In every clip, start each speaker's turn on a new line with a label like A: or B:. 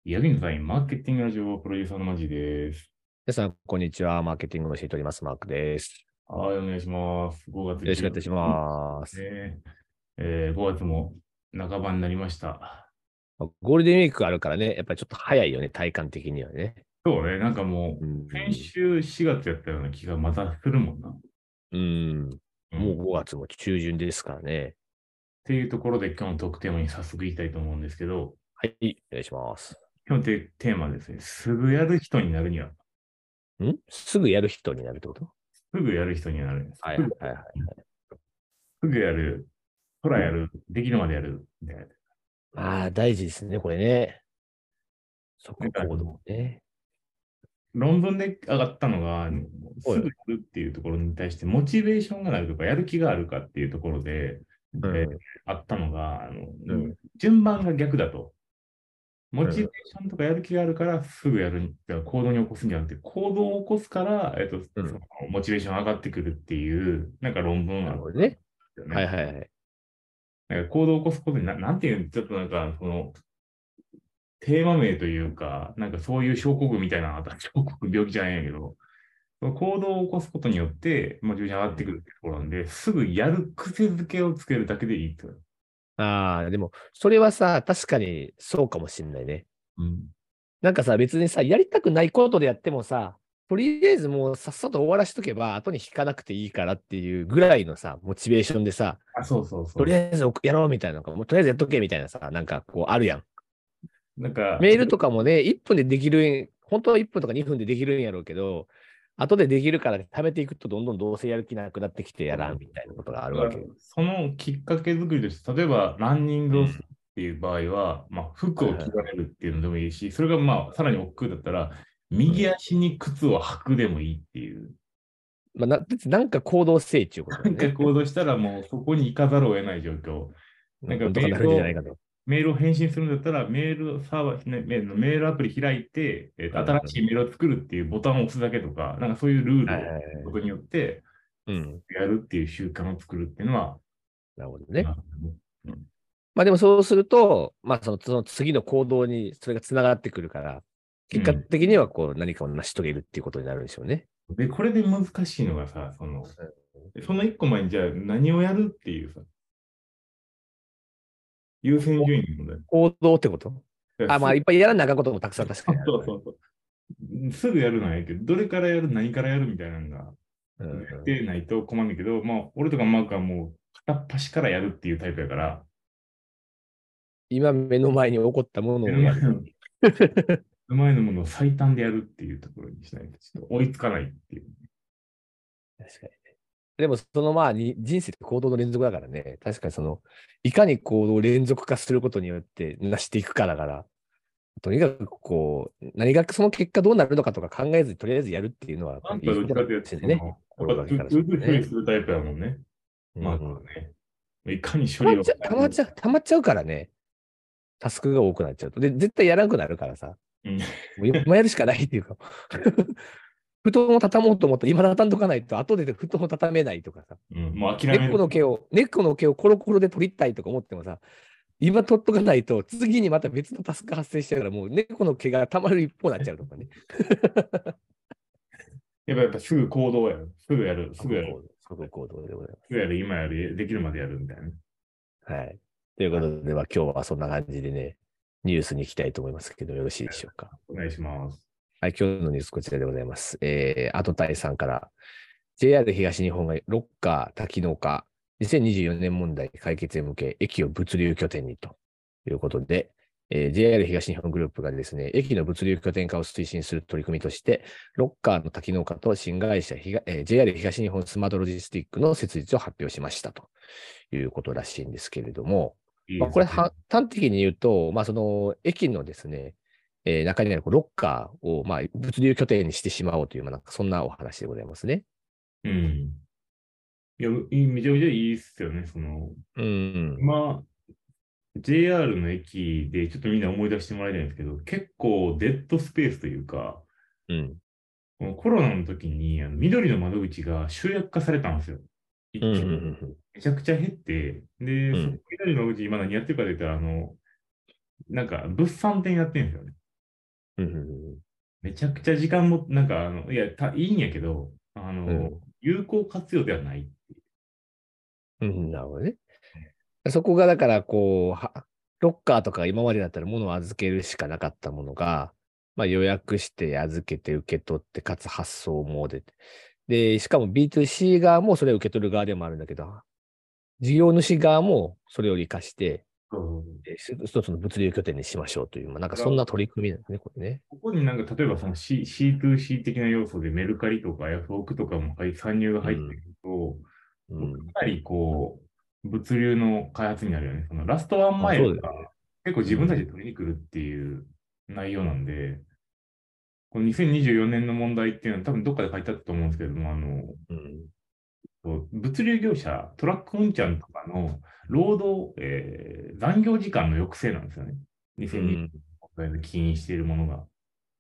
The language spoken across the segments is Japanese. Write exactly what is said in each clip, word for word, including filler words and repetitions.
A: ヤギンさん、マーケティングラジオプロデューサーのマジです。
B: 皆さん、こんにちは。マーケティングを教えております。マークです。
A: はい、お願いします。ごがつじゅうろく
B: よろしくお願いいたし
A: にち、
B: ます。
A: ねえー、ごがつも半ばになりました。
B: ゴールデンウィークがあるからね、やっぱりちょっと早いよね、体感的にはね。
A: そうね、なんかも
B: う
A: う、先
B: ん。
A: 週しがつやったような気がまたするもんな。
B: うん。もう
A: うん。っ
B: ごがつも中旬ですからね。
A: ていうところで今日のトークテーマに早速いきたいと思うんですけど、
B: はい、お願いします。
A: 今日のテテーマはですね、すぐやる人になるには、
B: んすぐやる人になるってこと？
A: すぐやる人にはなるんです。
B: はい、
A: すぐ、
B: はい、はい。
A: すぐやる、ほらやる、できるまでやる、みたいな。
B: ああ、大事ですね、これね。
A: なん
B: 即行
A: かあの、
B: 動ね。
A: 論文で上がったのが、
B: おい。
A: すぐやるっていうところに対してモチベーションがないとか、やる気があるかっていうところで、えー
B: うん、
A: あったのが、あの、
B: うん、
A: 順番が逆だと。モチベー
B: うん。
A: ションとかやる気があるからすぐやる、行動に起こすんじゃなくて、行動を起こすから、えっと、その
B: うん。
A: モチベーション上がってくるっていう、なんか論文
B: な
A: あったんで
B: るほどね。
A: すよね。
B: はい、はい、はい。
A: なんか行動を起こすことにな、なんていう、ちょっとなんか、その、テーマ名というか、なんかそういう症候群みたいなのあった。症候群病気じゃないんやけど、その行動を起こすことによって、モチベーション上が
B: うん。
A: ってくるってところなんで、すぐやる癖づけをつけるだけでいいってこと。
B: ああ、でも、それはさ、確かにそうかもしんないね。
A: うん。
B: なんかさ、別にさ、やりたくないことでやってもさ、とりあえずもうさっさと終わらしとけば、後に引かなくていいからっていうぐらいのさ、モチベーションでさ、
A: あ、そうそうそう。
B: とりあえずやろうみたいなのが、もうとりあえずやっとけみたいなさ、なんかこうあるやん。
A: なんか、
B: メールとかもね、いっぷんでできる、本当はいっぷんとかにふんでできるんやろうけど、後でできるから貯めていくとどんどんどうせやる気なくなってきてやらんみたいなことがある
A: だから
B: わけよ。
A: そのきっかけ作りとして、例えばランニングをする
B: うん。
A: っていう場合は、まあ、服を着ら
B: はいはいはい。
A: れるっていうのでもいいし、それがまあ、さらに億劫だったら、
B: うん。
A: 右足に靴を履くでもいいっていう。
B: まあ、な、なんか行動性っていうことだ
A: なんか
B: よね。
A: 行動したらもうそこに行かざるを得ない状況。なんか
B: なんとかな
A: メールを、
B: るんじゃないかと。
A: メールを返信するんだったら、メールサーバー、ね、メールのメールアプリ開いて、えーと、新しい
B: うん。
A: メールを作るっていうボタンを押すだけとか、なんかそういうルールを
B: はいはいはい。
A: ことによって
B: うん。
A: やるっていう習慣を作るっていうのは、
B: なるほどね。
A: まあうん、
B: まあでもそうすると、まあその、その次の行動にそれがつながってくるから、結果
A: うん
B: 的にはこう何かを成し遂げるっていうことになるんでしょうね。
A: で、これで難しいのがさ、その、その一個前にじゃあ何をやるっていうさ、優先順位の問題。
B: 行動ってこと？あ、ま
A: だからす
B: あいっぱいやらなあかんこともたくさん確かにあるからね。
A: そうそうそう。すぐやるのはやけど、どれからやる、何からやるみたいなのが、
B: うん
A: やっ
B: うん。
A: てないと困るんだけど、まあ、俺とかマークはもう片っ端からやるっていうタイプやから、
B: 今目の前に起こったもの
A: 目の
B: をやるっ
A: 前の、
B: ていう。
A: 目の前のものを最短でやるっていうところにしないと、ちょっと追いつかないっていう。
B: 確かに。でもそのまあに人生って行動の連続だからね。確かにその、いかに行動を連続化することによって成していくかだから、とにかくこう、何がその結果どうなるのかとか考えずにとりあえずやるっていうのはやっぱ
A: マークはどっ
B: りいいことかも
A: ちかというと、
B: しれないね。
A: その、やっぱ、
B: 心がけからす
A: ずずっと処理
B: るとね。
A: するタイプやもんね。
B: うん
A: マークは
B: うん。
A: ね。いかに処理を
B: たまっちゃう、たまっちゃう、たまっちゃうからね。タスクが多くなっちゃうと。で、絶対やらなくなるからさ。
A: うん。
B: もう今やるしかないっていうか布団を畳もうと思ったら今畳んどかないと、後で布団を畳めないとかさ。
A: うん。もう諦める。
B: 猫の毛を、猫の毛をコロコロで取りたいとか思ってもさ、今取っとかないと、次にまた別のタスクが発生しちゃうから、もう猫の毛が溜まる一方になっちゃうとかね。
A: やっぱ、やっぱすぐ行動やる。すぐやる。すぐやる。
B: 即行動、即行動でございま
A: すぐやる。今やる。できるまでやるみたいなね。
B: す。はい。ということで、まあ、今日はそんな感じでね、ニュースに行きたいと思いますけど、よろしいでしょうか。
A: お願いします。
B: はい、今日のニュースこちらでございます。えー、アドタイさんから、ジェイアール 東日本がロッカー多機能化、にせんにじゅうよねん問題解決へ向け、駅を物流拠点にということで、えー ジェイアール 東日本グループがですね、駅の物流拠点化を推進する取り組みとして、ロッカーの多機能化と新会社、ひがえー ジェイアール 東日本スマートロジスティックの設立を発表しましたということらしいんですけれども、まあ、
A: いいですね。
B: これは端的に言うと、まあ、その駅のですね、えー中にあるロッカーを、まあ、物流拠点にしてしまおうという、まあ、なんかそんなお話でございますね。
A: うん。いや、いいめちゃめちゃいいっすよね。その、
B: うん。
A: 今、ジェイアール の駅でちょっとみんな思い出してもらいたいんですけど、結構デッドスペースというか、
B: うん。
A: このコロナの時にあの緑の窓口が集約化されたんですよ。
B: うん。
A: 一気に。
B: うん。
A: めちゃくちゃ減って、で、その
B: うん。
A: 緑の窓口今何やってるかというと、あの、なんか物産展やってるんですよね。
B: うんうん
A: めちゃくちゃ時間も、なんか、あの、いや、た、いいんやけど、あの、
B: うん。
A: 有効活用ではない。
B: うん。うん、なるほどね。そこがだから、こう、はロッカーとか今までだったら物を預けるしかなかったものが、まあ予約して預けて受け取って、かつ発送も出て。で、しかも ビーツーシー 側もそれを受け取る側でもあるんだけど、事業主側もそれを活かして、
A: そう。
B: えー一つの物流拠点にしましょうという、まあなんか
A: だから
B: そんな取り組みなんですね、これね。
A: ここになんか、例えばその C、シーツーシー 的な要素でメルカリとかヤフオクとかも入参入が入ってく
B: うん。
A: ると、
B: うん。
A: かなりこう、物流の開発になるよね。そのラストワン
B: あ、
A: マイルが
B: そうだよね。
A: 結構自分たちで
B: うん。
A: 取りに来るっていう内容なんで、このにせんにじゅうよねんの問題っていうのは多分どっかで書いてあったと思うんですけども、あの、
B: うん。
A: 物流業者、トラック運ちゃんとかの労働、えー残業時間の抑制なんですよね。
B: うん。
A: にせんにじゅうねんで起因しているものが。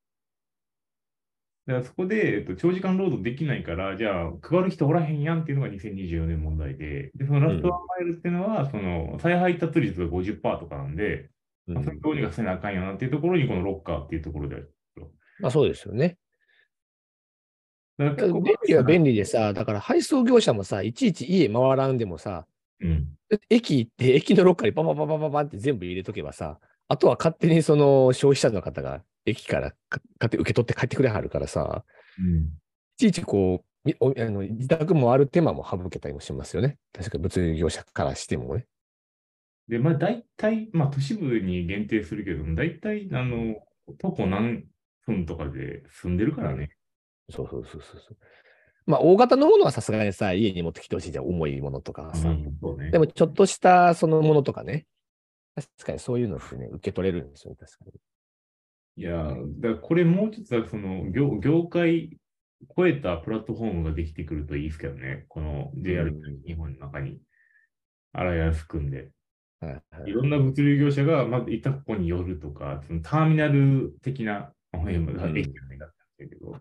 A: だからそこで、えっと、長時間労働できないから、じゃあ、配る人おらへんやんっていうのがにせんにじゅうよねん問題で、で、そのラストワ
B: うん。
A: ンマイルっていうのは、その再配達率がごじゅっパーセントとかなんで、まあ、それ
B: うん。
A: どうにかせなあかんよなっていうところに、このロッカーっていうところである。
B: まあそうですよね。
A: だから結構、
B: 便利は便利でさ、だから配送業者もさ、いちいち家回らんでもさ、
A: うん。
B: 駅行って、駅のロッカーにパパパパパパンって全部入れとけばさ、あとは勝手にその消費者の方が駅からか勝手に受け取って帰ってくれはるからさ、
A: うん。
B: いちいちこう、みおあの自宅もある手間も省けたりもしますよね。確か物流業者からしてもね。
A: で、まあ、大体、まあ、都市部に限定するけども、大体、あ
B: うん。
A: の、徒歩何分とかで住んでるか
B: うん。
A: らね。
B: そうそうそうそうそう。まあ、大型のものはさすがにさ、家に持ってきてほしいじゃん。重いものとかはさ。
A: うん、そうね。
B: でも、ちょっとしたそのものとかね。確かにそういうのってね、受け取れるんですよね。確かに。
A: いやー、だからこれもうちょっとはその業、業界超えたプラットフォームができてくるといいですけどね。この
B: う
A: ジェイアール
B: ん。
A: 日本の中にあらやすくんで。
B: はいはい
A: いろんな
B: はい。
A: 物流業者がまずいったここに寄るとか、そのターミナル的な、あ駅じゃ
B: うん。
A: ないかったんだけど、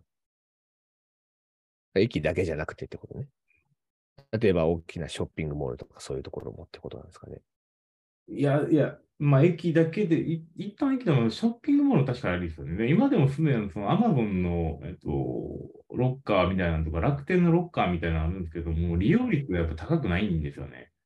B: 駅だけじゃなくてってことね。例えば大きなショッピングモールとかそういうところもってことなんですかね。
A: いや、いや、まあ、駅だけで、い一旦駅でもショッピングモール確かにありですよね。で今でもすでにそのアマゾンの、えっと、ロッカーみたいなのとか、楽天のロッカーみたいなのあるんですけども、利用率がやっぱ高くないんですよね。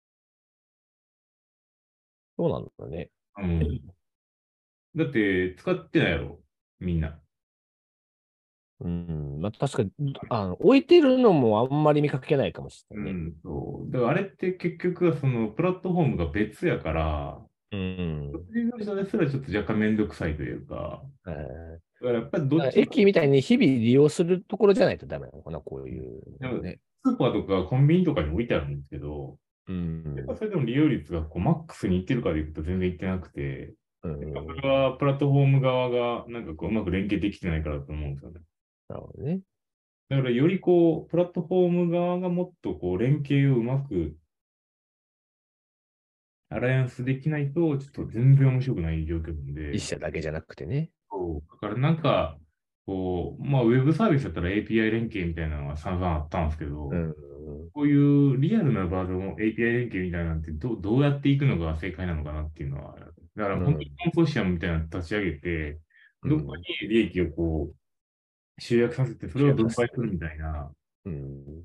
B: そうなんだね。
A: うん。だって、使ってないやろ、みんな。
B: うん。まあ確かに、あの、置いてるのもあんまり見かけないかもしれないね。
A: うん、そう。だからあれって結局はそのプラットフォームが別やから、
B: うん。
A: 物流会社ですらちょっと若干めんどくさいというか、
B: えー
A: だからやっぱりどっちも、
B: 駅みたいに日々利用するところじゃないとダメなのかな、こういう
A: でも
B: のね。
A: スーパーとかコンビニとかに置いてあるんですけど、
B: う
A: やっぱ
B: ん。
A: それでも利用率がこうマックスにいってるかでいくと全然いってなくて、
B: う
A: やっぱそ
B: ん。
A: れはプラットフォーム側がなんかこううまく連携できてないからだと思うんですよね。
B: なるほどね。
A: だからよりこう、プラットフォーム側がもっとこう連携をうまくアライアンスできないと、ちょっと全然面白くない状況なんで、
B: 一社だけじゃなくてね。
A: そう。だからなんか、こう、まあ、ウェブサービスだったら エーピーアイ 連携みたいなのが散々あったんですけど、
B: うん。
A: こういうリアルなバージョンの エーピーアイ 連携みたいなのってどう、どうやっていくのが正解なのかなっていうのは、だから本当に
B: うん。
A: コンソーシアムみたいなの立ち上げて、どこ
B: うん。
A: に利益をこう集約させて、それを
B: 集約させて。
A: 分配するみたいな、
B: うん。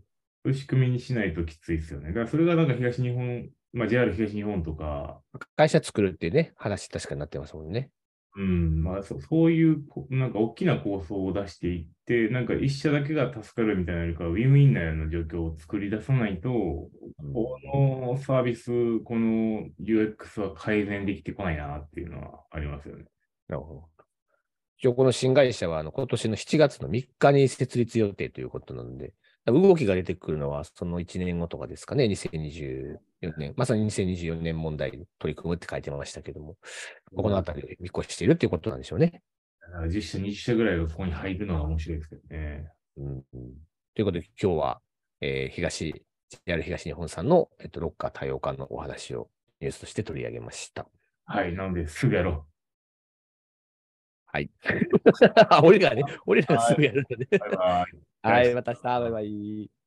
A: そういう仕組みにしないときついですよね。だからそれがなんか東日本、まあ ジェイアール 東日本とか、
B: 会社作るっていうね、話確かになってますもんね。
A: うん、まあそ、そういうこ、なんか大きな構想を出していって、なんか一社だけが助かるみたいなよりかは、ウィンウィンなような状況を作り出さないと、
B: うん。
A: このサービス、この ユーエックス は改善できてこないなっていうのはありますよね。
B: なるほど。一応この新会社はあの今年のしちがつのみっかに設立予定ということなので、動きが出てくるのはそのいちねんごとかですかね、にせんにじゅうよねん、まさににせんにじゅうよねん問題に取り組むって書いてましたけども、ここのあたりで見越しているっていうことなんでしょうね。
A: だからじゅっ社、にじゅっ社ぐらいがここに入るのが面白いですけどね。
B: うん、ということで今日は、えー、東、ジェイアール 東日本さんの、えっと、ロッカー多様化のお話をニュースとして取り上げました。
A: はい、なので、すぐやろ
B: はい。俺らがね、俺ら
A: う。はい、
B: がすぐやるんだね。
A: バイバイ。
B: はい、また明日、バイバイ。